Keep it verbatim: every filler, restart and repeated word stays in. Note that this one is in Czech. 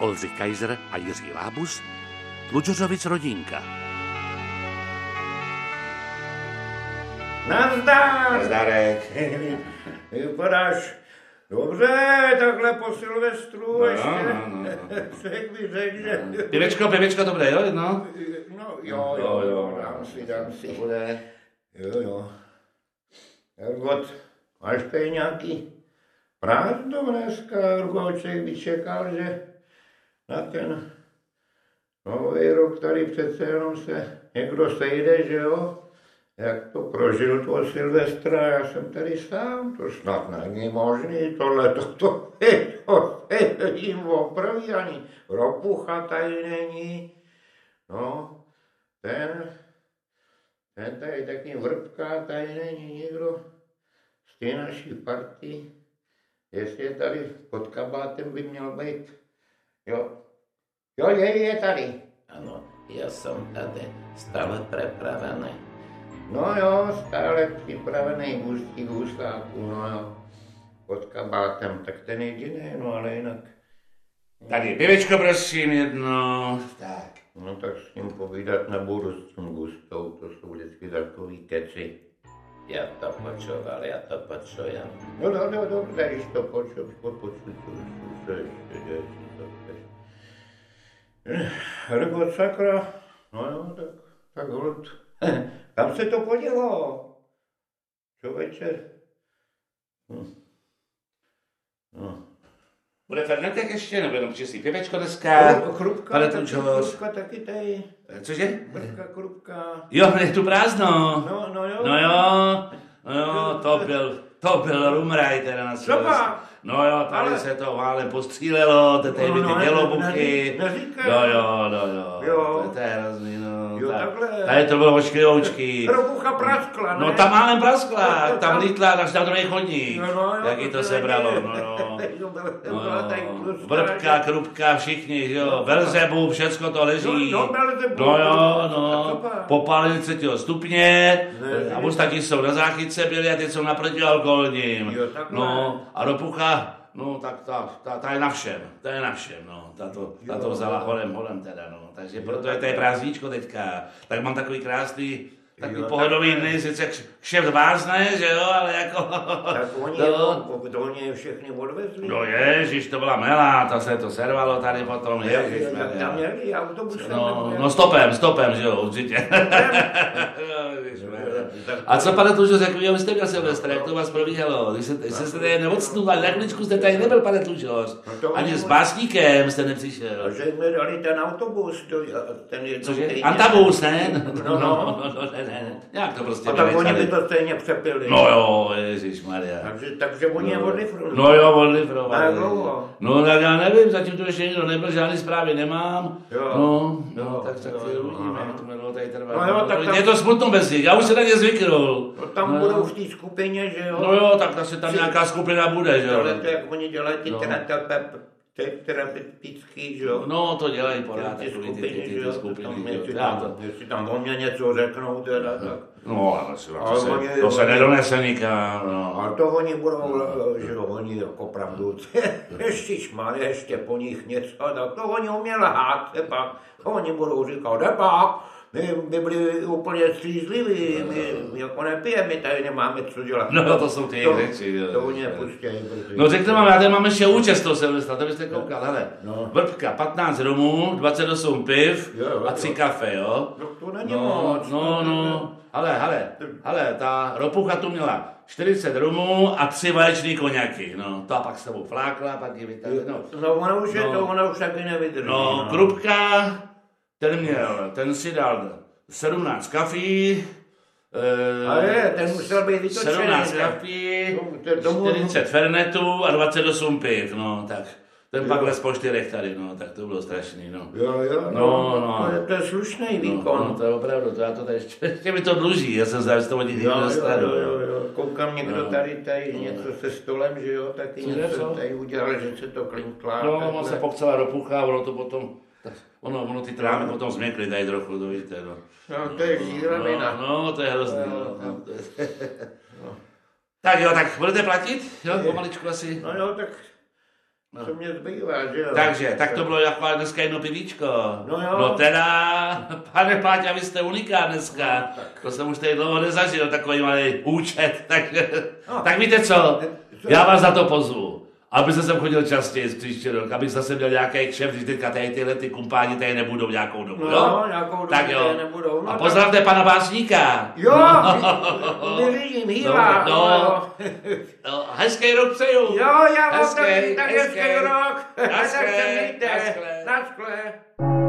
Oldřich Kaiser a Jiří Lábus, Tlučořovic rodinka. Nazdar! Nazdarek. Vypadáš dobře, takhle po Silvestru No, ještě. no, no, no. Řek mi řek, že... Pivečko, pivečko, to bude, jo, jedno? No, jo, jo, jo, dám si, dám si. To bude. Jo, jo. Ergot, máš tady nějaký prázdno dneska, Ergoček by čekal, že na ten nový rok tady přece jenom se někdo sejde, že jo? Jak to prožil toho Silvestra, já jsem tady sám, to snad není možný, tohle to, to, to, to jim opraví, ani Ropucha tady není, no, ten, ten tady taky Vrbka, tady není nikdo z té naší party, jestli je tady pod kabátem, by měl být, jo, jo, je, je tady. Ano, já jsem tady stále připravený. No jo, stále připravený gustík husláků, no jo, pod kabátem, tak ten jediný, no ale jinak. Tady pivečko, prosím, jedno. Tak. No tak s ním povídat nebudu s tím Gustou, to jsou vždycky takový keci. Já to počúval, já to počujem. No, no, no, dobře, když to počuju, počuju, co se ještě děje, co to chceš. Hrgot sakra, no jo, tak, tak hlud. Kam se to podělo? Člověče. Hm. No. Bude Fernetek ještě, nebo jenom čistý pivečko dneska? Chrupka, Pane taky, Tlučoř. chrupka taky tady. Cože? Brka, chrupka. Jo, je tu prázdno. No, no jo. No jo, no jo, to byl, to byl rumraj teda na Copak? No jo, tady Ale- se to válem postřílelo, to tady No, by no, ty ne- dělobuchy. ne- neříkej. No jo, no jo, Jo. to, to je hrozný, no. Jo, Ta- takhle. Tady to bylo ošklivoučky. Ropucha praskla, ne? No tam málem praskla, No, tam tam- lítla až na druhý chodník. No, no, jo, Jaký to to sebralo, je- no no. To byla- to No byla tady jo, tlustá, Vrbka, že- krupka, všichni, jo, Belzebub, všecko to leží. No, no, Belzebub. No jo, A no, co pak? popálili třetího stupně, Ne, a ne. ostatní jsou na záchytce byli a teď jsou na protialkoholním. Jo, takhle. No, a Ropucha, no tak ta, ta, ta je na všem, ta je na všem, no, ta to, ta to Jo. vzala holem, holem teda, no, takže Jo, proto je to je prázdníčko teďka, tak mám takový krásný, takový Jo, pohodový takhle. dny, sice kšeft vázne, že jo, ale jako... Tak oni, no. jako, to oni je všechny odvezli. No ježiš, to byla mela, to se to servalo tady potom, Ježiš, tak tam ježišmarja. měli autobusem. No, nebo no stopem, stopem, že jo, určitě. A co, pane Tlučoř, jak vy jste měl Silvestra, jak to vás probíhalo? Když jste, když jste tady neodsnul, ale na chviličku jste tady nebyl, pane Tlučoř. No to Ani oni- s básníkem jste nepřišel. A že mi dali ten autobus, to, ten jednou, Cože? který- Antabus, ne? No, no. no, no, ne, ne, ne. Jak to prostě A tak oni by vymysleli. to stejně přepili. No jo, ježišmarja. Takže, takže oni je odlifrovali. No jo, odlifrovali. A jak dlouho? No tak já nevím, zatím tu ještě nikdo nebyl, žádný zprávy nemám. Jo. No, no, Jo, tak, tak jo, to jo, uvidíme, aha. jak to jmenuje tady trvá. No jo, tak tam- Je to smutno bez nich, já už se na ně zvyknul. No tam No. budou v té skupině, že jo? No jo, tak asi tam nějaká skupina bude, že jo. Tohle to, jak oni dělají ty No. terapeut- ty terapeutický, že jo? No to dělají pořád, Ty takový ty, ty, skupiny, ty, že ty jo? skupiny, Tam, že jo. jestli, Já tam, to- jestli tam o mě něco řeknou teda, tak. No, ale si Ale to se, oni- to se oni- nedonese nikam, no. Ale to oni budou, že jo, oni jako opravdu, ježišmarja, ještě po nich něco, tak to oni uměli lhát, pak oni budou říkat, nepak, my by byli úplně střízliví, my jako nepijeme, my tady nemáme co dělat. No, to jsou ty to, řeči, jo. To oni nepustějí brzy. No řekněte vám, já tady mám ještě účest toho Silvestra, to byste koukal, hele. No. Vrbka, patnáct rumů, dvacet osm piv Jo, jo, a tři jo. kafe, jo. No to není No, moc. no, no, hele, hele, hele, ta Ropucha tu měla čtyřicet rumů a tři vaječný koněky, no, to a pak s tebou flákla, pak ji vytáhla, no. No ona už je No. to, ona už taky nevydrží. No, Krupka, ten měl, ten si dal sedmnáct kafí, eh, A je, ten musel být vytočený. sedmnáct že? kafí, No, to- tomu- čtyřicet fernetů a dvacet osm piv, no, tak. Ten Jo. pak les po čtyřech tady, no, tak to bylo strašný, no. Jo, jo, No, no, no. To, je, to je slušný No, výkon. no, to je opravdu, to já to tady ještě, ještě mi to dluží, já jsem zdal, že to oni Jo, nikdy jo, dostanu. jo, jo, jo. Koukám někdo No. tady, tady něco se stolem, že jo, taky Co je, něco co? tady udělal, že se to klinklá. No, takhle. on se pokcela Ropucha, ono to potom, ono, ono ty trámy potom změkly tady trochu, to víte, no. No, to je žíravina. No, no, to je hrozný, No, no. no. to je- Tak jo, tak budete platit? Jo, pomaličku asi. No jo, tak co mě zbývá, že jo? Takže, tak to bylo jako dneska jedno pivíčko. No jo. No teda, pane Páťa, vy jste unikát dneska. No, tak. To jsem už tady dlouho nezažil, takový malý účet. Takže, No. tak víte co, Co? já vás za to pozvu. Aby se sem chodil častěji z příští rok, abych zase měl nějaký kšeft, když teďka tady tyhle ty kumpáni tady nebudou nějakou dobu, No, jo? nějakou dobu Tak jo. tady nebudou. No, A tak- pozdravte pana básníka. Jo, my vidím, hývá. No, no. No, hezký rok přeju. Jo, já vám Hezký, taky tak hezký. hezký rok. Tak Naschle, se mějte. naschle. Naschle.